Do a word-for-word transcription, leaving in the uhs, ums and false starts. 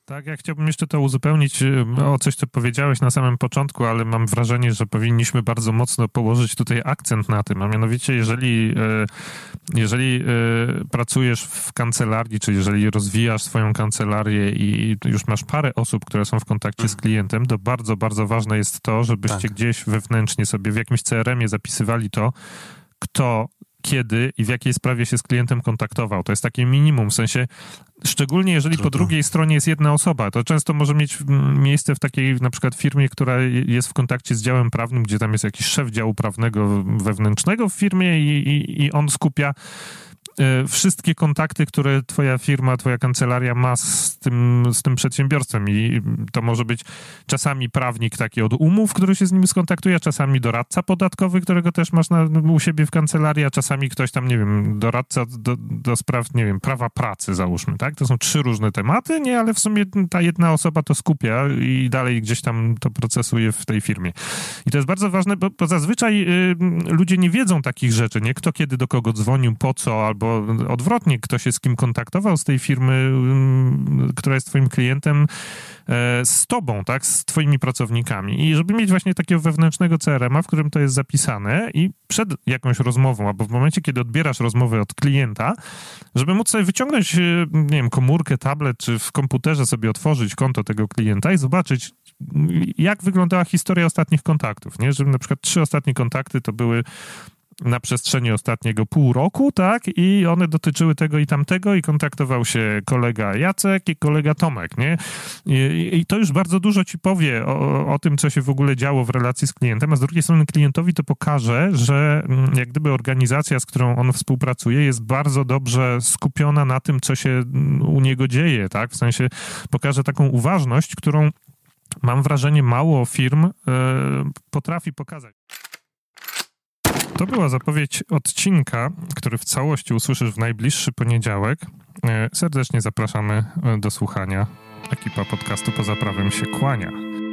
Tak, ja chciałbym jeszcze to uzupełnić o coś, co powiedziałeś na samym początku, ale mam wrażenie, że powinniśmy bardzo mocno położyć tutaj akcent na tym, a mianowicie jeżeli, jeżeli pracujesz w kancelarii, czy jeżeli rozwijasz swoją kancelarię i już masz parę osób, które są w kontakcie z klientem, to bardzo, bardzo ważne jest to, żebyście tak. gdzieś wewnętrznie sobie w jakimś C R M-ie zapisywali to, kto kiedy i w jakiej sprawie się z klientem kontaktował. To jest takie minimum, w sensie szczególnie jeżeli Trudno. po drugiej stronie jest jedna osoba, to często może mieć miejsce w takiej na przykład firmie, która jest w kontakcie z działem prawnym, gdzie tam jest jakiś szef działu prawnego wewnętrznego w firmie i, i, i on skupia wszystkie kontakty, które twoja firma, twoja kancelaria ma z tym, z tym przedsiębiorstwem i to może być czasami prawnik taki od umów, który się z nim skontaktuje, czasami doradca podatkowy, którego też masz na, u siebie w kancelarii, a czasami ktoś tam, nie wiem, doradca do, do spraw, nie wiem, prawa pracy załóżmy, tak? To są trzy różne tematy, nie, ale w sumie ta jedna osoba to skupia i dalej gdzieś tam to procesuje w tej firmie. I to jest bardzo ważne, bo, bo zazwyczaj y, ludzie nie wiedzą takich rzeczy, nie? Kto kiedy do kogo dzwonił, po co, albo odwrotnie, kto się z kim kontaktował z tej firmy, która jest twoim klientem, z tobą, tak, z twoimi pracownikami. I żeby mieć właśnie takiego wewnętrznego C R M-a, w którym to jest zapisane i przed jakąś rozmową, albo w momencie, kiedy odbierasz rozmowę od klienta, żeby móc sobie wyciągnąć, nie wiem, komórkę, tablet, czy w komputerze sobie otworzyć konto tego klienta i zobaczyć, jak wyglądała historia ostatnich kontaktów, nie? Żeby na przykład trzy ostatnie kontakty to były na przestrzeni ostatniego pół roku, tak? I one dotyczyły tego i tamtego i kontaktował się kolega Jacek i kolega Tomek, nie? I, i to już bardzo dużo ci powie o, o tym, co się w ogóle działo w relacji z klientem, a z drugiej strony klientowi to pokaże, że jak gdyby organizacja, z którą on współpracuje, jest bardzo dobrze skupiona na tym, co się u niego dzieje, tak? W sensie pokaże taką uważność, którą mam wrażenie mało firm y, potrafi pokazać. To była zapowiedź odcinka, który w całości usłyszysz w najbliższy poniedziałek. Serdecznie zapraszamy do słuchania. Ekipa podcastu Poza Prawem się kłania.